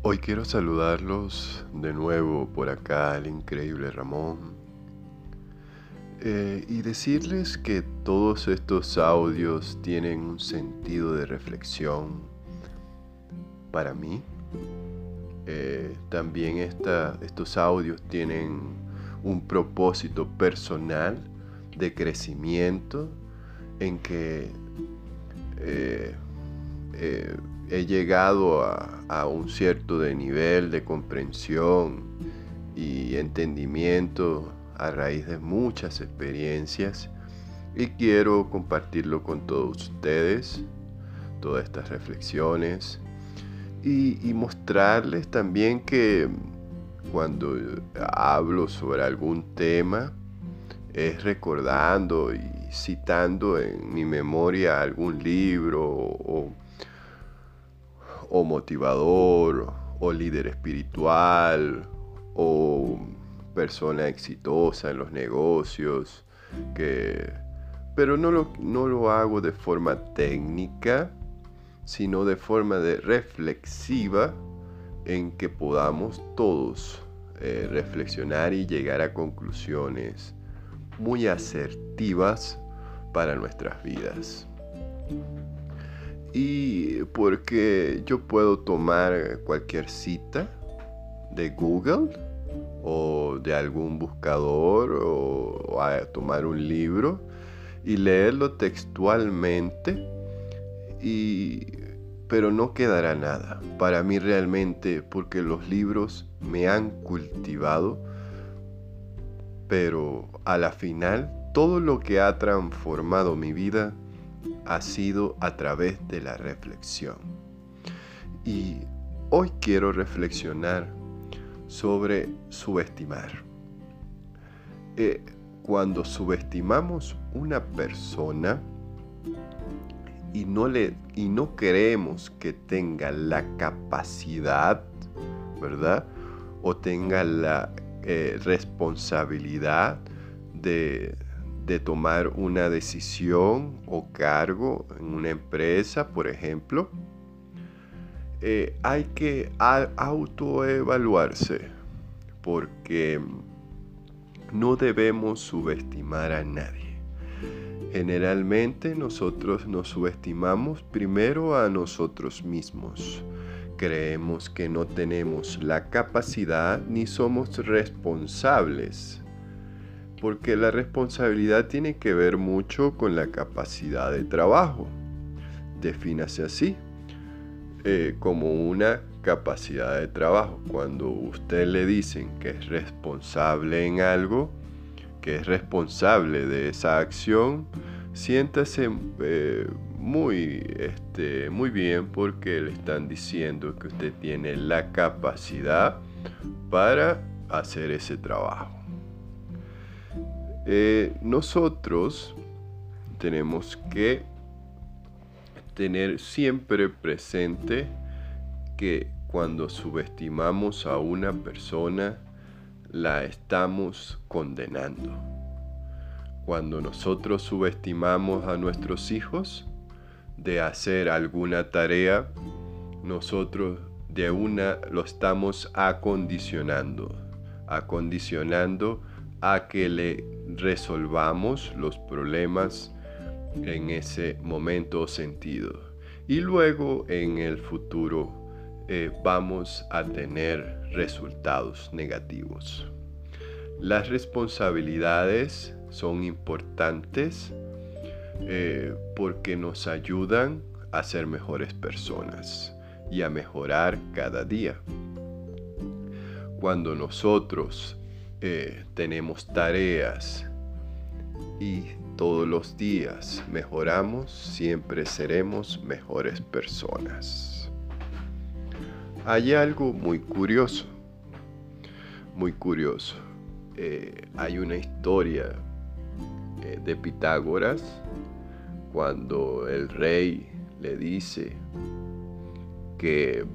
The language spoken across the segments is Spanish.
Hoy quiero saludarlos de nuevo por acá, el increíble Ramón, y decirles que todos estos audios tienen un sentido de reflexión para mí. También estos audios tienen un propósito personal de crecimiento en que eh, he llegado a un cierto nivel de comprensión y entendimiento a raíz de muchas experiencias y quiero compartirlo con todos ustedes, todas estas reflexiones y mostrarles también que cuando hablo sobre algún tema es recordando y citando en mi memoria algún libro o motivador, o líder espiritual, o persona exitosa en los negocios, pero no lo hago de forma técnica, sino de forma reflexiva, en que podamos todos reflexionar y llegar a conclusiones muy asertivas para nuestras vidas. Y porque yo puedo tomar cualquier cita de Google o de algún buscador o tomar un libro y leerlo textualmente, pero no quedará nada para mí realmente, porque los libros me han cultivado, pero a la final todo lo que ha transformado mi vida ha sido a través de la reflexión. Y hoy quiero reflexionar sobre subestimar. Cuando subestimamos una persona y no creemos que tenga la capacidad, ¿verdad? O tenga la responsabilidad de tomar una decisión o cargo en una empresa, por ejemplo, hay que autoevaluarse, porque no debemos subestimar a nadie. Generalmente nosotros nos subestimamos primero a nosotros mismos. Creemos que no tenemos la capacidad ni somos responsables, porque la responsabilidad tiene que ver mucho con la capacidad de trabajo. Defínase así, como una capacidad de trabajo. Cuando usted le dicen que es responsable en algo, que es responsable de esa acción, siéntase muy bien, porque le están diciendo que usted tiene la capacidad para hacer ese trabajo. Nosotros tenemos que tener siempre presente que cuando subestimamos a una persona, la estamos condenando. Cuando nosotros subestimamos a nuestros hijos de hacer alguna tarea, nosotros lo estamos acondicionando a que le resolvamos los problemas en ese momento o sentido. Y luego en el futuro vamos a tener resultados negativos. Las responsabilidades son importantes porque nos ayudan a ser mejores personas y a mejorar cada día. Cuando nosotros tenemos tareas y todos los días mejoramos, siempre seremos mejores personas. Hay algo muy curioso. Hay una historia de Pitágoras, cuando el rey le dice que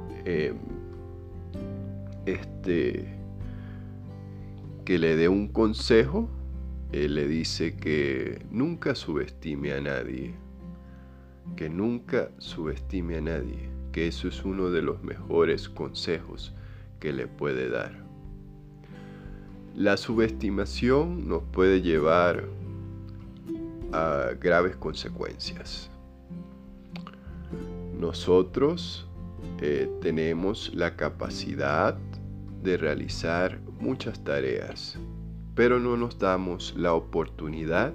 que le dé un consejo. Él le dice que nunca subestime a nadie, que eso es uno de los mejores consejos que le puede dar. La subestimación nos puede llevar a graves consecuencias. Nosotros tenemos la capacidad de realizar muchas tareas, pero no nos damos la oportunidad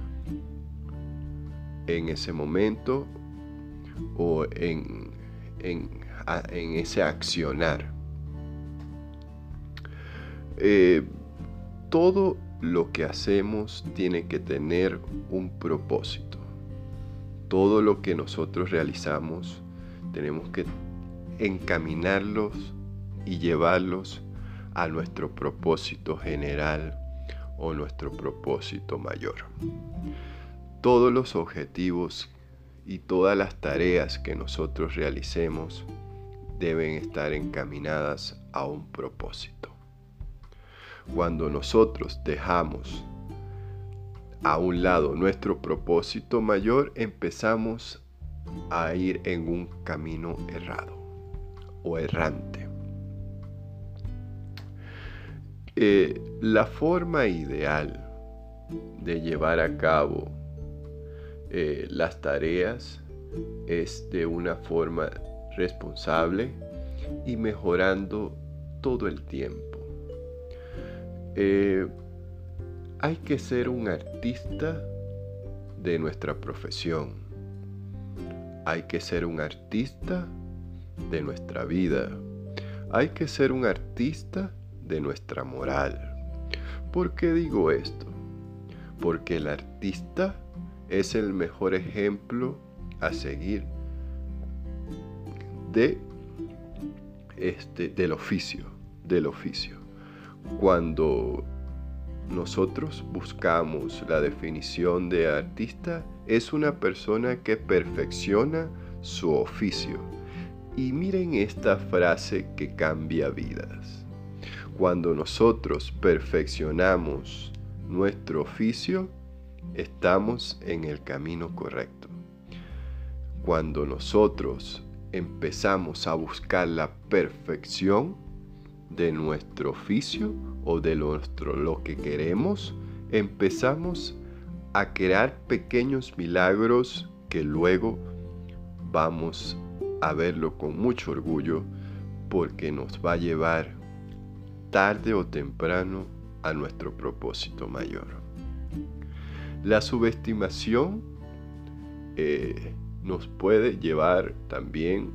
en ese momento o en ese accionar. Todo lo que hacemos tiene que tener un propósito. Todo lo que nosotros realizamos tenemos que encaminarlos y llevarlos a nuestro propósito general o nuestro propósito mayor. Todos los objetivos y todas las tareas que nosotros realicemos deben estar encaminadas a un propósito. Cuando nosotros dejamos a un lado nuestro propósito mayor, empezamos a ir en un camino errado o errante. La forma ideal de llevar a cabo las tareas es de una forma responsable y mejorando todo el tiempo. Hay que ser un artista de nuestra profesión. Hay que ser un artista de nuestra vida. Hay que ser un artista de nuestra moral. ¿Por qué digo esto? Porque el artista es el mejor ejemplo a seguir del oficio. Cuando nosotros buscamos la definición de artista, es una persona que perfecciona su oficio. Y miren esta frase que cambia vidas. Cuando nosotros perfeccionamos nuestro oficio, estamos en el camino correcto. Cuando nosotros empezamos a buscar la perfección de nuestro oficio o de lo que queremos, empezamos a crear pequeños milagros que luego vamos a verlo con mucho orgullo, porque nos va a llevar tarde o temprano a nuestro propósito mayor. La subestimación nos puede llevar también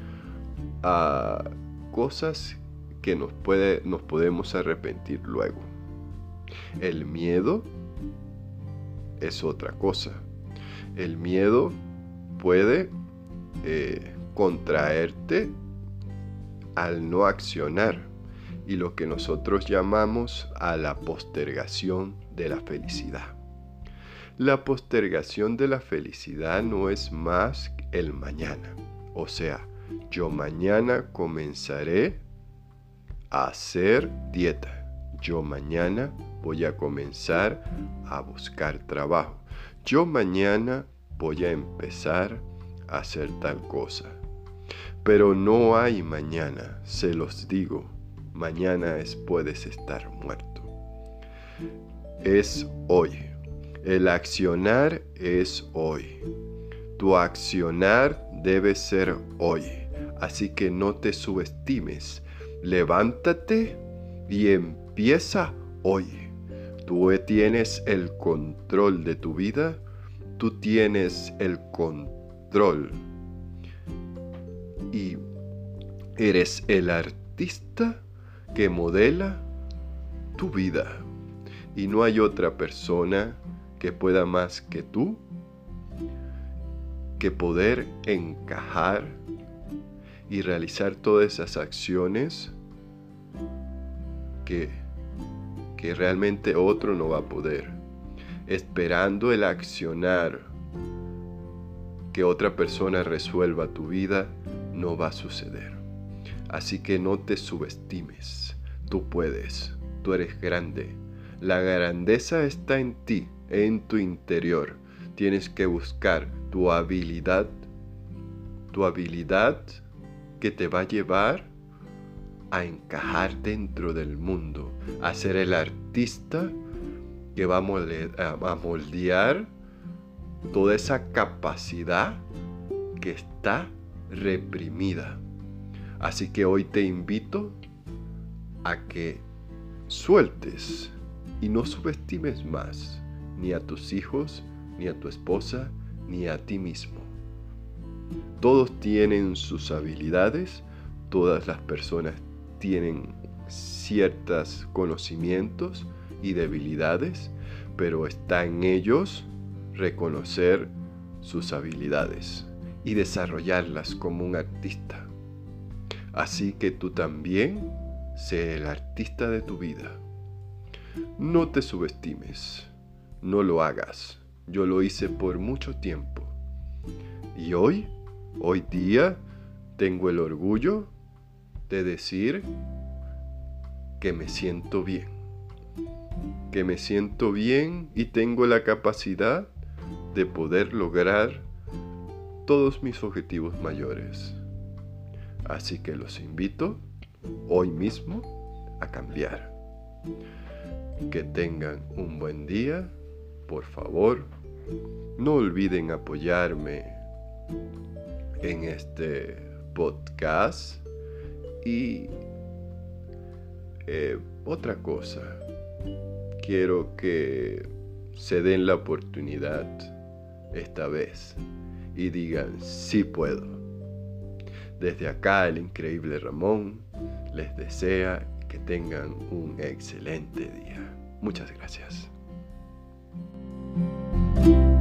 a cosas que nos podemos arrepentir luego. El miedo es otra cosa. El miedo puede contraerte al no accionar, y lo que nosotros llamamos a la postergación de la felicidad. La postergación de la felicidad no es más el mañana. O sea, yo mañana comenzaré a hacer dieta. Yo mañana voy a comenzar a buscar trabajo. Yo mañana voy a empezar a hacer tal cosa. Pero no hay mañana, se los digo. Mañana puedes estar muerto. Es hoy. El accionar es hoy. Tu accionar debe ser hoy. Así que no te subestimes. Levántate y empieza hoy. Tú tienes el control de tu vida. Tú tienes el control. Y eres el artista que modela tu vida. Y no hay otra persona que pueda más que tú, que poder encajar y realizar todas esas acciones que realmente otro no va a poder. Esperando el accionar que otra persona resuelva tu vida, no va a suceder. Así que no te subestimes. Tú puedes. Tú eres grande. La grandeza está en ti, en tu interior. Tienes que buscar tu habilidad que te va a llevar a encajar dentro del mundo, a ser el artista que va a moldear toda esa capacidad que está reprimida. Así que hoy te invito a que sueltes y no subestimes más ni a tus hijos, ni a tu esposa, ni a ti mismo. Todos tienen sus habilidades, todas las personas tienen ciertos conocimientos y debilidades, pero está en ellos reconocer sus habilidades y desarrollarlas como un artista. Así que tú también sé el artista de tu vida. No te subestimes, no lo hagas. Yo lo hice por mucho tiempo. Y hoy día, tengo el orgullo de decir que me siento bien. Que me siento bien y tengo la capacidad de poder lograr todos mis objetivos mayores. Así que los invito hoy mismo a cambiar. Que tengan un buen día. Por favor, no olviden apoyarme en este podcast. Y otra cosa, quiero que se den la oportunidad esta vez y digan sí puedo. Desde acá el increíble Ramón les desea que tengan un excelente día. Muchas gracias.